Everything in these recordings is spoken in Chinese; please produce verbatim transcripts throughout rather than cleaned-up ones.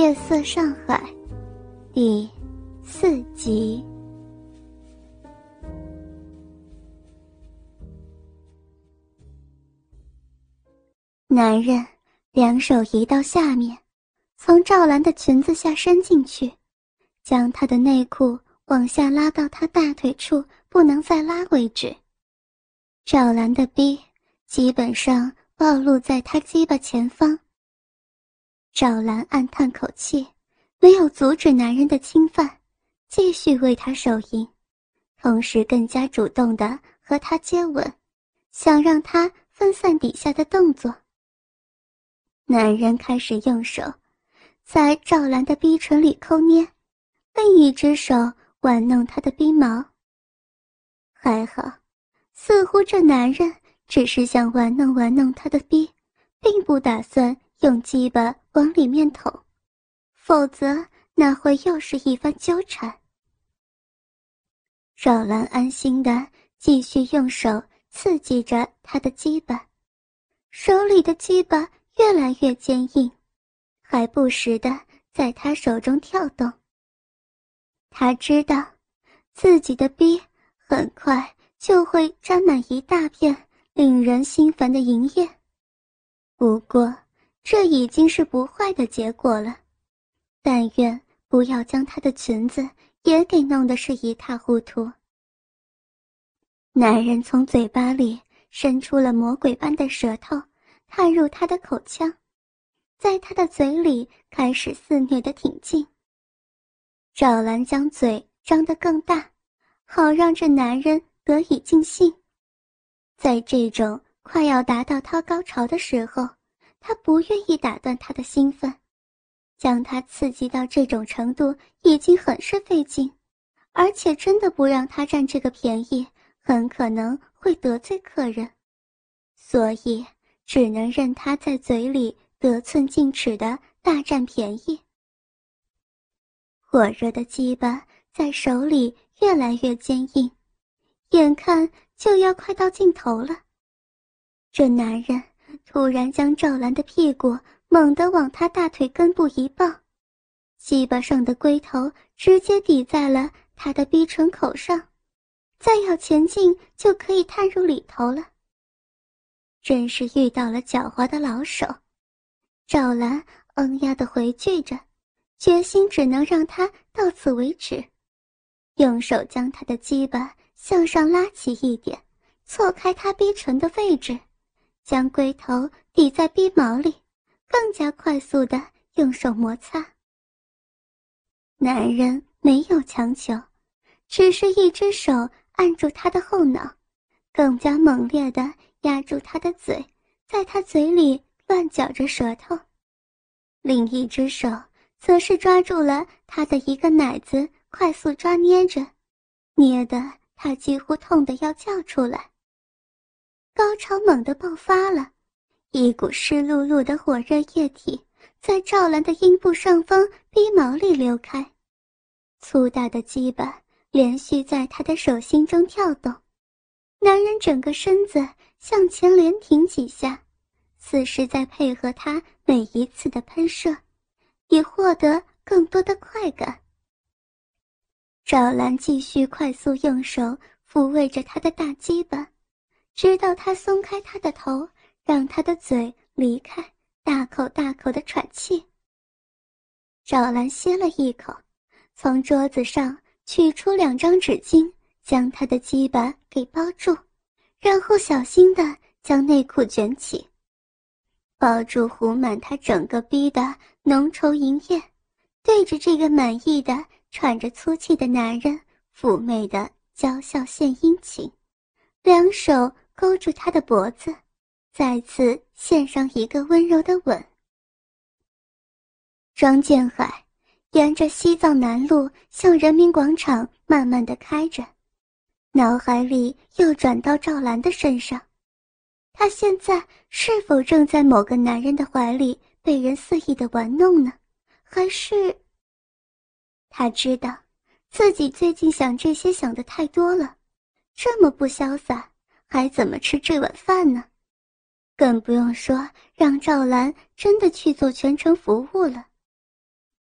夜色上海第四集。男人两手移到下面，从赵兰的裙子下伸进去，将她的内裤往下拉到她大腿处不能再拉为止。赵兰的逼基本上暴露在她鸡巴前方。赵兰暗叹口气，没有阻止男人的侵犯，继续为他手淫，同时更加主动地和他接吻，想让他分散底下的动作。男人开始用手在赵兰的逼唇里抠捏，另一只手玩弄她的逼毛。还好，似乎这男人只是想玩弄玩弄她的逼，并不打算用鸡巴往里面捅，否则那会又是一番纠缠。赵兰安心地继续用手刺激着他的鸡巴，手里的鸡巴越来越坚硬，还不时地在他手中跳动。他知道自己的逼很快就会沾满一大片令人心烦的淫液，不过这已经是不坏的结果了，但愿不要将她的裙子也给弄得是一塌糊涂。男人从嘴巴里伸出了魔鬼般的舌头，探入她的口腔，在她的嘴里开始肆虐的挺进。赵兰将嘴张得更大，好让这男人得以尽兴。在这种快要达到他高潮的时候，他不愿意打断他的兴奋，将他刺激到这种程度已经很是费劲，而且真的不让他占这个便宜，很可能会得罪客人，所以只能任他在嘴里得寸进尺的大占便宜。火热的鸡巴在手里越来越坚硬，眼看就要快到尽头了。这男人突然将赵兰的屁股猛地往他大腿根部一抱，鸡巴上的龟头直接抵在了他的逼唇口上，再要前进就可以探入里头了。真是遇到了狡猾的老手。赵兰嗯呀地回拒着，决心只能让他到此为止，用手将他的鸡巴向上拉起一点，错开他逼唇的位置，将龟头抵在逼毛里，更加快速地用手摩擦。男人没有强求，只是一只手按住他的后脑，更加猛烈地压住他的嘴，在他嘴里乱搅着舌头。另一只手则是抓住了他的一个奶子，快速抓捏着，捏得他几乎痛得要叫出来。高潮猛地爆发了，一股湿漉漉的火热液体在赵兰的阴部上方逼毛里流开，粗大的鸡巴连续在他的手心中跳动。男人整个身子向前连挺几下，似是在配合他每一次的喷射，以获得更多的快感。赵兰继续快速用手抚慰着他的大鸡巴，直到他松开他的头，让他的嘴离开，大口大口地喘气。赵兰歇了一口，从桌子上取出两张纸巾，将他的鸡巴给包住，然后小心地将内裤卷起，包住糊满他整个逼的浓稠淫液，对着这个满意的喘着粗气的男人妩媚的娇笑献殷勤，两手勾住他的脖子，再次献上一个温柔的吻。庄建海沿着西藏南路向人民广场慢慢地开着，脑海里又转到赵兰的身上。他现在是否正在某个男人的怀里被人肆意的玩弄呢？还是……他知道自己最近想这些想得太多了，这么不潇洒，还怎么吃这碗饭呢？更不用说让赵兰真的去做全程服务了。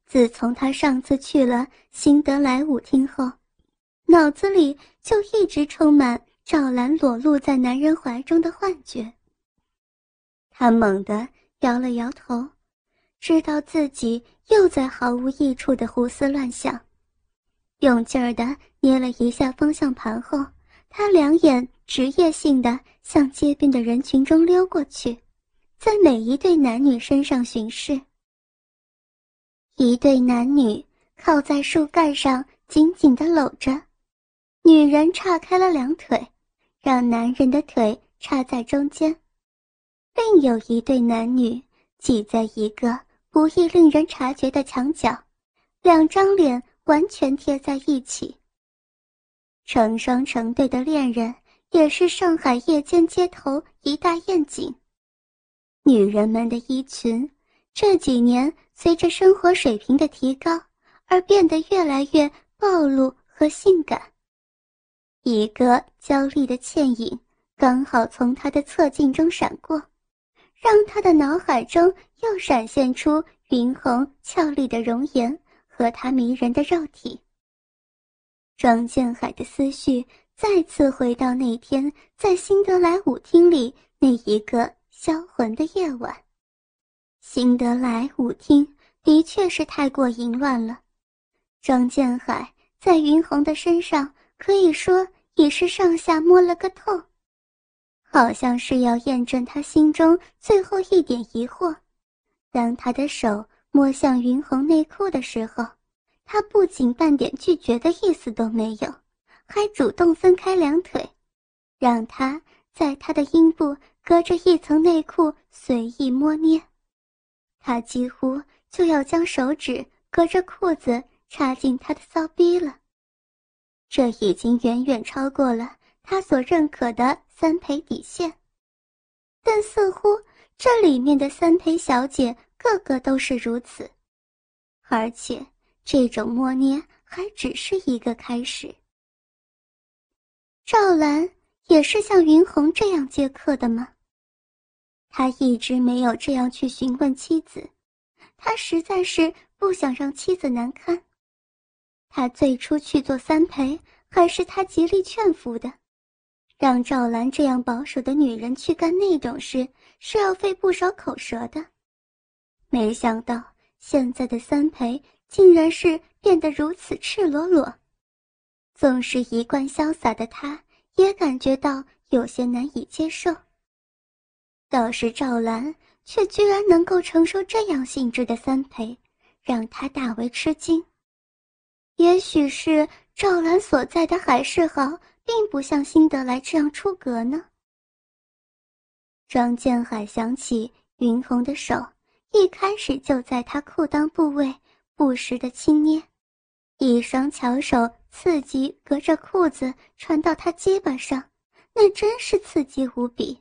自从他上次去了辛德莱舞厅后，脑子里就一直充满赵兰裸露在男人怀中的幻觉。他猛地摇了摇头，知道自己又在毫无益处的胡思乱想，用劲儿地捏了一下方向盘后，他两眼职业性地向街边的人群中溜过去，在每一对男女身上巡视。一对男女靠在树干上紧紧地搂着，女人岔开了两腿，让男人的腿插在中间。另有一对男女挤在一个不易令人察觉的墙角，两张脸完全贴在一起。成双成对的恋人也是上海夜间街头一大艳景。女人们的衣裙这几年随着生活水平的提高而变得越来越暴露和性感。一个娇丽的倩影刚好从她的侧镜中闪过，让他的脑海中又闪现出云红俏丽的容颜和她迷人的肉体。庄建海的思绪再次回到那天在辛德莱舞厅里那一个销魂的夜晚。辛德莱舞厅的确是太过淫乱了，庄建海在云红的身上可以说已是上下摸了个透，好像是要验证他心中最后一点疑惑。当他的手摸向云红内裤的时候，他不仅半点拒绝的意思都没有，还主动分开两腿，让他在他的阴部隔着一层内裤随意摸捏。他几乎就要将手指隔着裤子插进他的骚逼了。这已经远远超过了他所认可的三陪底线，但似乎这里面的三陪小姐个个都是如此，而且这种摸捏还只是一个开始。赵兰也是像云红这样接客的吗？他一直没有这样去询问妻子，他实在是不想让妻子难堪。他最初去做三陪还是他极力劝服的，让赵兰这样保守的女人去干那种事是要费不少口舌的。没想到现在的三陪竟然是变得如此赤裸裸，纵是一贯潇洒的他也感觉到有些难以接受。倒是赵兰却居然能够承受这样性质的三陪，让他大为吃惊。也许是赵兰所在的海世豪并不像辛德莱这样出格呢。庄建海想起云红的手一开始就在他裤裆部位不时地轻捏，一双巧手刺激隔着裤子传到他鸡巴上，那真是刺激无比。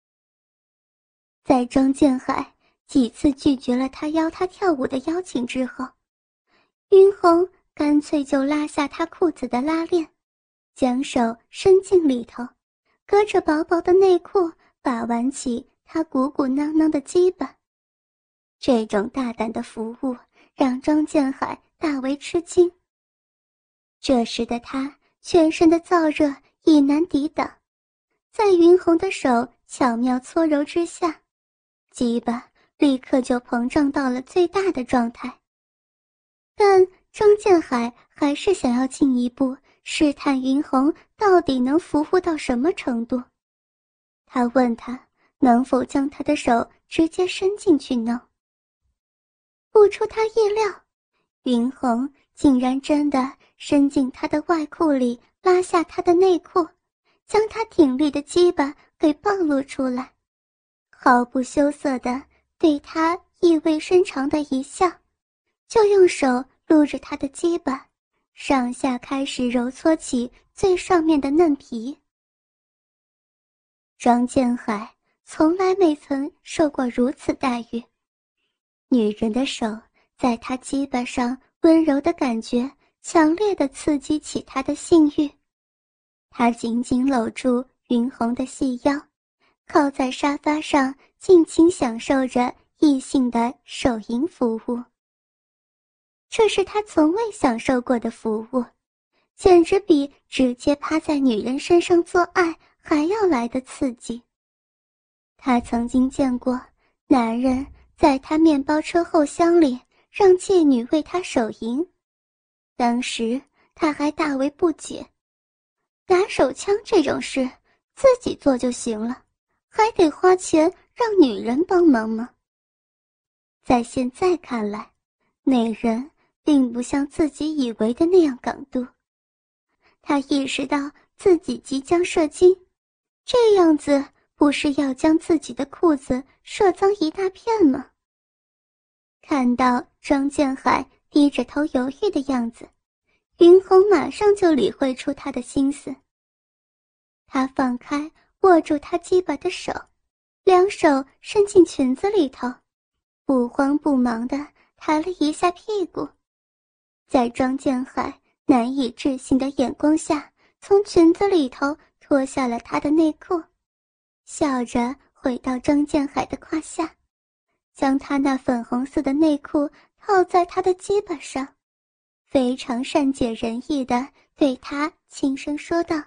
在庄建海几次拒绝了他邀他跳舞的邀请之后，云红干脆就拉下他裤子的拉链，将手伸进里头，隔着薄薄的内裤把玩起他鼓鼓囊囊的鸡巴。这种大胆的服务让庄建海大为吃惊。这时的他全身的燥热已难抵挡，在云红的手巧妙搓揉之下，鸡巴立刻就膨胀到了最大的状态。但庄建海还是想要进一步试探云红到底能服务到什么程度。他问他能否将他的手直接伸进去弄。不出他意料，云红竟然真的伸进他的外裤里，拉下他的内裤，将他挺立的鸡巴给暴露出来，毫不羞涩地对他意味深长的一笑，就用手撸着他的鸡巴，上下开始揉搓起最上面的嫩皮。庄建海从来没曾受过如此待遇，女人的手在他鸡巴上温柔的感觉强烈地刺激起他的性欲。他紧紧搂住云红的细腰，靠在沙发上尽情享受着异性的手淫服务。 这是他从未享受过的服务，简直比直接趴在女人身上做爱还要来得刺激。他曾经见过男人在他面包车后厢里让妓女为他手淫，当时他还大为不解，打手枪这种事自己做就行了，还得花钱让女人帮忙吗？在现在看来，那人并不像自己以为的那样港督。他意识到自己即将射精，这样子不是要将自己的裤子射脏一大片吗？看到张建海低着头犹豫的样子，云红马上就理会出他的心思。他放开握住他鸡巴的手，两手伸进裙子里头，不慌不忙地抬了一下屁股，在张建海难以置信的眼光下，从裙子里头脱下了他的内裤，笑着回到张建海的胯下，将他那粉红色的内裤套在他的鸡巴上，非常善解人意地对他轻声说道：“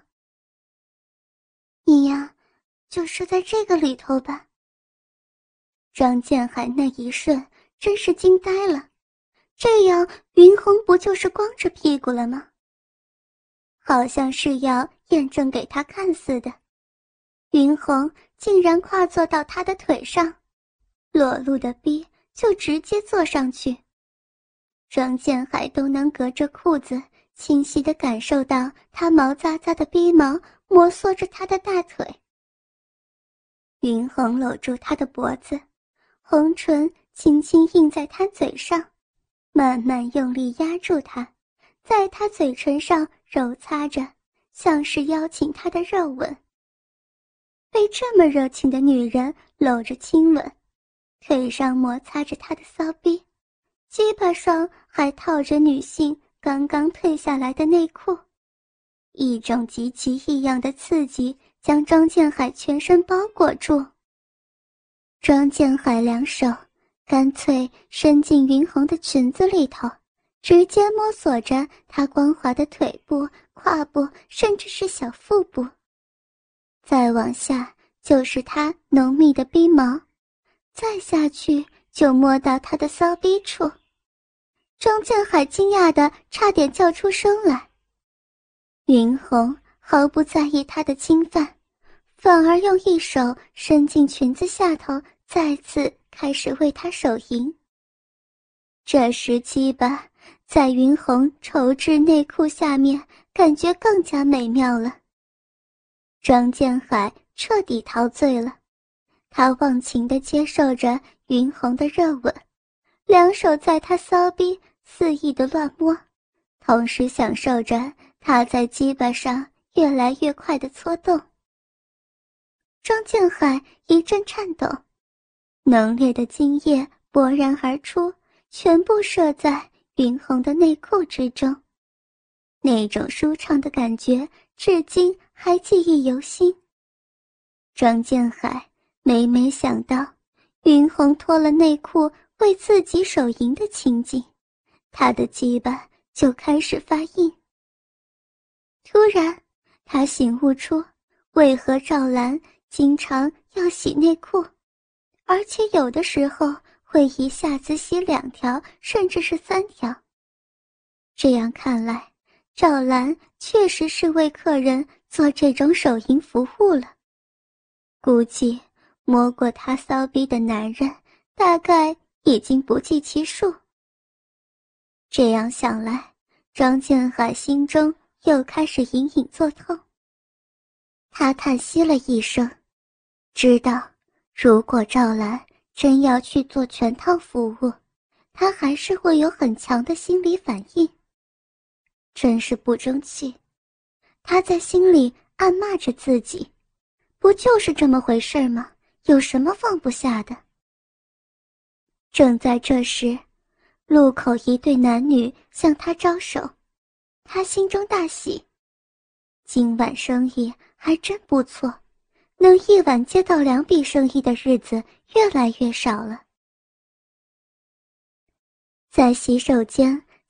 你呀，就射在这个里头吧。”张建海那一瞬真是惊呆了，这样云红不就是光着屁股了吗？好像是要验证给他看似的，云红竟然跨坐到他的腿上，裸露的逼就直接坐上去。张建海都能隔着裤子清晰地感受到他毛扎扎的逼毛摩挲着他的大腿。云红搂住他的脖子，红唇轻轻印在他嘴上，慢慢用力压住他，在他嘴唇上揉擦着，像是邀请他的热吻。被这么热情的女人搂着亲吻，腿上摩擦着他的骚逼，鸡巴上还套着女性刚刚褪下来的内裤，一种极其异样的刺激将张建海全身包裹住。张建海两手干脆伸进云红的裙子里头，直接摸索着她光滑的腿部、胯部，甚至是小腹部。再往下就是她浓密的逼毛，再下去就摸到她的骚逼处。张建海惊讶的差点叫出声来。云红毫不在意他的侵犯，反而用一手伸进裙子下头，再次开始为他手淫。这时鸡巴在云红绸质内裤下面感觉更加美妙了。张建海彻底陶醉了，他忘情地接受着云红的热吻，两手在他骚逼肆意地乱摸，同时享受着他在鸡巴上越来越快的搓动。张建海一阵颤抖，浓烈的精液勃然而出，全部射在云红的内裤之中。那种舒畅的感觉至今还记忆犹新。张建海每每想到云红脱了内裤为自己手淫的情景，他的鸡巴就开始发硬。突然他醒悟出为何赵兰经常要洗内裤，而且有的时候会一下子洗两条甚至是三条。这样看来，赵兰确实是为客人做这种手淫服务了。估计摸过他骚逼的男人大概已经不计其数。这样想来，张建海心中又开始隐隐作痛。他叹息了一声，知道如果赵兰真要去做全套服务，他还是会有很强的心理反应。真是不争气，他在心里暗骂着自己，不就是这么回事吗？有什么放不下的？正在这时，路口一对男女向他招手，他心中大喜，今晚生意还真不错，能一晚接到两笔生意的日子越来越少了。在洗手间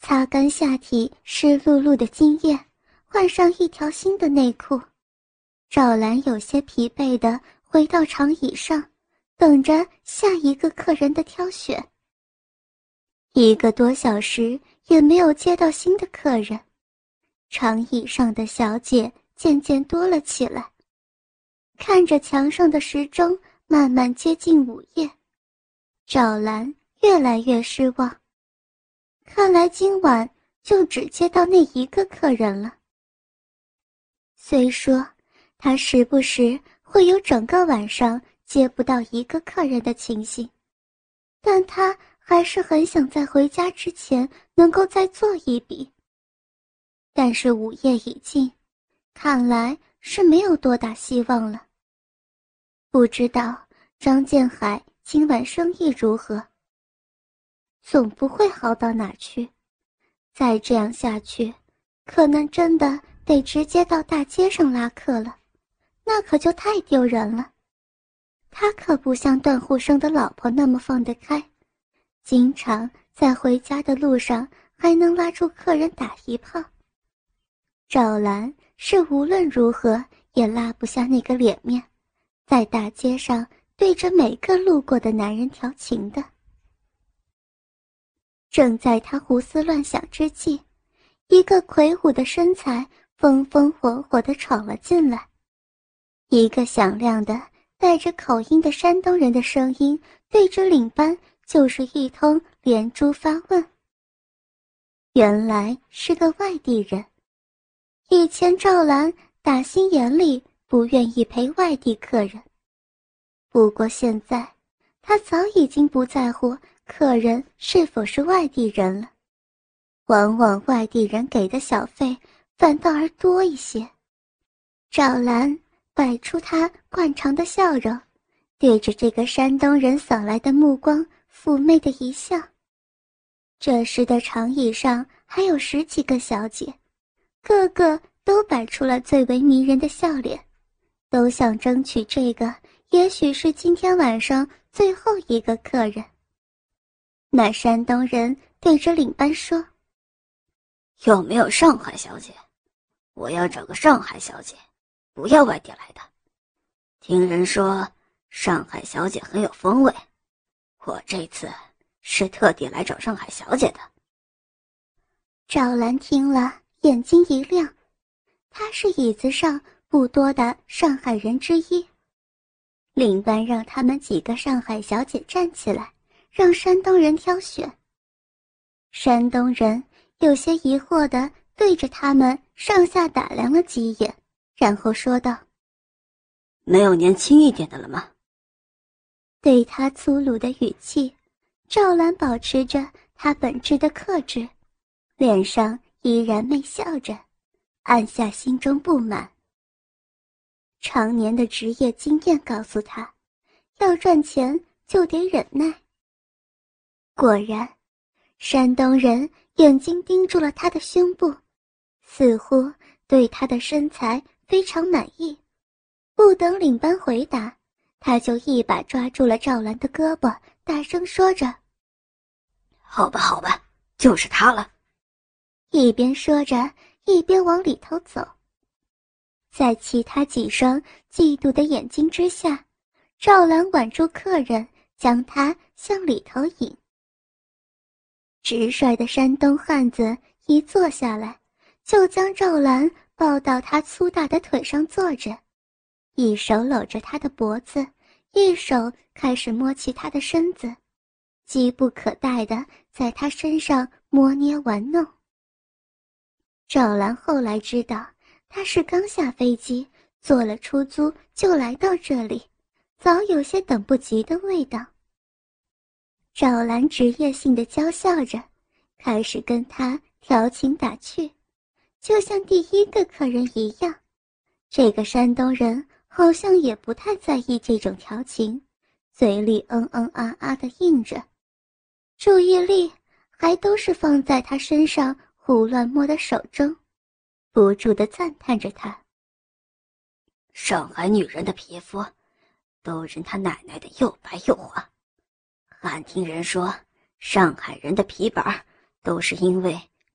擦干下体湿漉漉的精液，换上一条新的内裤。赵兰有些疲惫地回到长椅上，等着下一个客人的挑选。一个多小时也没有接到新的客人，长椅上的小姐渐渐多了起来。看着墙上的时钟慢慢接近午夜，赵兰越来越失望。看来今晚就只接到那一个客人了。虽说她时不时会有整个晚上接不到一个客人的情形，但她还是很想在回家之前能够再做一笔。但是午夜已尽，看来是没有多大希望了。不知道张建海今晚生意如何？总不会好到哪去，再这样下去，可能真的得直接到大街上拉客了，那可就太丢人了。他可不像段护生的老婆那么放得开，经常在回家的路上还能拉住客人打一炮。赵兰是无论如何也拉不下那个脸面，在大街上对着每个路过的男人调情的。正在他胡思乱想之际，一个魁梧的身材风风火火地闯了进来。一个响亮的带着口音的山东人的声音对着领班就是一通连珠发问。原来是个外地人。以前赵兰打心眼里不愿意陪外地客人，不过现在他早已经不在乎客人是否是外地人了，往往外地人给的小费反倒而多一些。赵兰摆出她惯常的笑容，对着这个山东人扫来的目光妩媚的一笑。这时的长椅上还有十几个小姐，个个都摆出了最为迷人的笑脸，都想争取这个也许是今天晚上最后一个客人。那山东人对着领班说： 有没有上海小姐？我要找个上海小姐，不要外地来的。听人说上海小姐很有风味，我这次是特地来找上海小姐的。 赵兰听了眼睛一亮，她是椅子上不多的上海人之一。领班让他们几个上海小姐站起来，让山东人挑选。山东人有些疑惑地对着他们上下打量了几眼，然后说道： 没有年轻一点的了吗？ 对他粗鲁的语气，赵兰保持着她本质的克制，脸上依然媚笑着，按下心中不满。常年的职业经验告诉他，要赚钱就得忍耐。果然，山东人眼睛盯住了他的胸部，似乎对他的身材非常满意。不等领班回答，他就一把抓住了赵兰的胳膊，大声说着： 好吧好吧，就是他了。 一边说着一边往里头走。在其他几双嫉妒的眼睛之下，赵兰挽住客人，将他向里头引。直率的山东汉子一坐下来，就将赵兰抱到他粗大的腿上坐着，一手搂着他的脖子，一手开始摸起他的身子，急不可待地在他身上摸捏玩弄。赵兰后来知道他是刚下飞机，坐了出租就来到这里，早有些等不及的味道。赵兰职业性的娇笑着，开始跟他调情打趣，就像第一个客人一样。这个山东人好像也不太在意这种调情，嘴里嗯嗯啊啊地应着，注意力还都是放在他身上胡乱摸的手中，不住地赞叹着他。 上海女人的皮肤都任他奶奶的又白又滑，还听人说上海人的皮板都是因为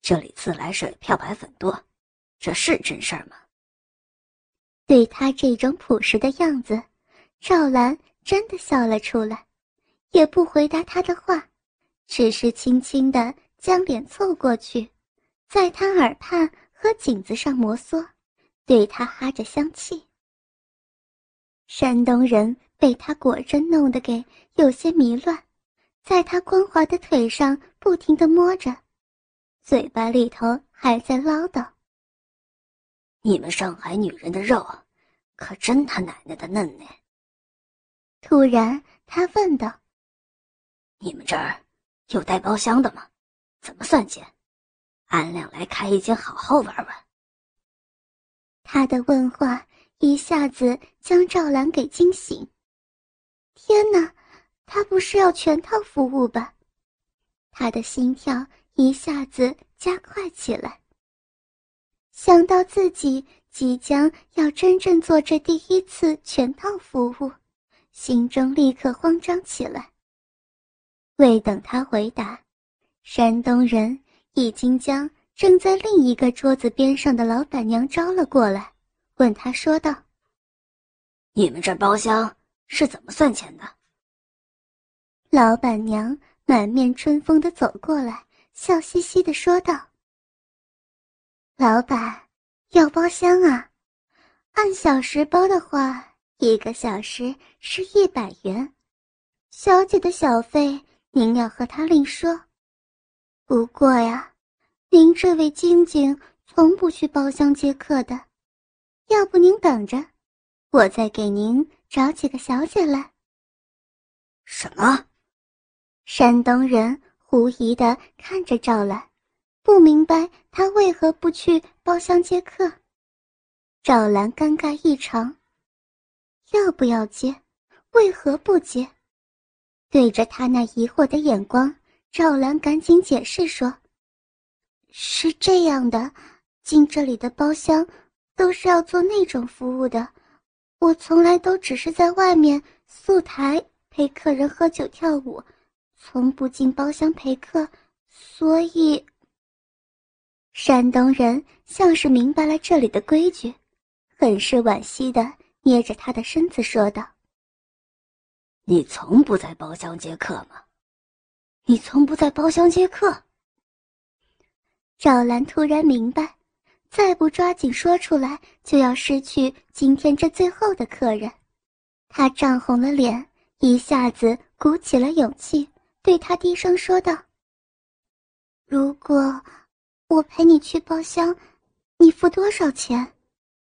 这里自来水漂白粉多，这是真事儿吗？ 对他这种朴实的样子，赵兰真的笑了出来，也不回答他的话，只是轻轻地将脸凑过去，在他耳畔和颈子上摩挲，对他哈着香气。山东人被他果真弄得给有些迷乱，在他光滑的腿上不停地摸着，嘴巴里头还在唠叨： 你们上海女人的肉可真他奶奶的嫩呢。 突然他问道： 你们这儿有带包厢的吗？怎么算钱？俺俩来开一间好好玩玩。 他的问话一下子将赵兰给惊醒。天哪，他不是要全套服务吧？他的心跳一下子加快起来。想到自己即将要真正做这第一次全套服务，心中立刻慌张起来。未等他回答，山东人已经将正在另一个桌子边上的老板娘招了过来，问他说道： 你们这包厢是怎么算钱的？ 老板娘满面春风地走过来，笑嘻嘻地说道：老板，要包厢啊？按小时包的话，一个小时是一百元。小姐的小费您要和她另说。不过呀，您这位晶晶从不去包厢接客的，要不您等着，我再给您找几个小姐来。 什么？ 山东人狐疑地看着赵兰，不明白他为何不去包厢接客。赵兰尴尬异常，要不要接？为何不接？对着他那疑惑的眼光，赵兰赶紧解释说：是这样的，进这里的包厢都是要做那种服务的，我从来都只是在外面素台陪客人喝酒跳舞，从不进包厢陪客，所以……山东人像是明白了这里的规矩，很是惋惜地捏着他的身子说道： 你从不在包厢接客吗？你从不在包厢接客？ 赵兰突然明白，再不抓紧说出来，就要失去今天这最后的客人。她涨红了脸，一下子鼓起了勇气，对他低声说道：如果我陪你去包厢，你付多少钱？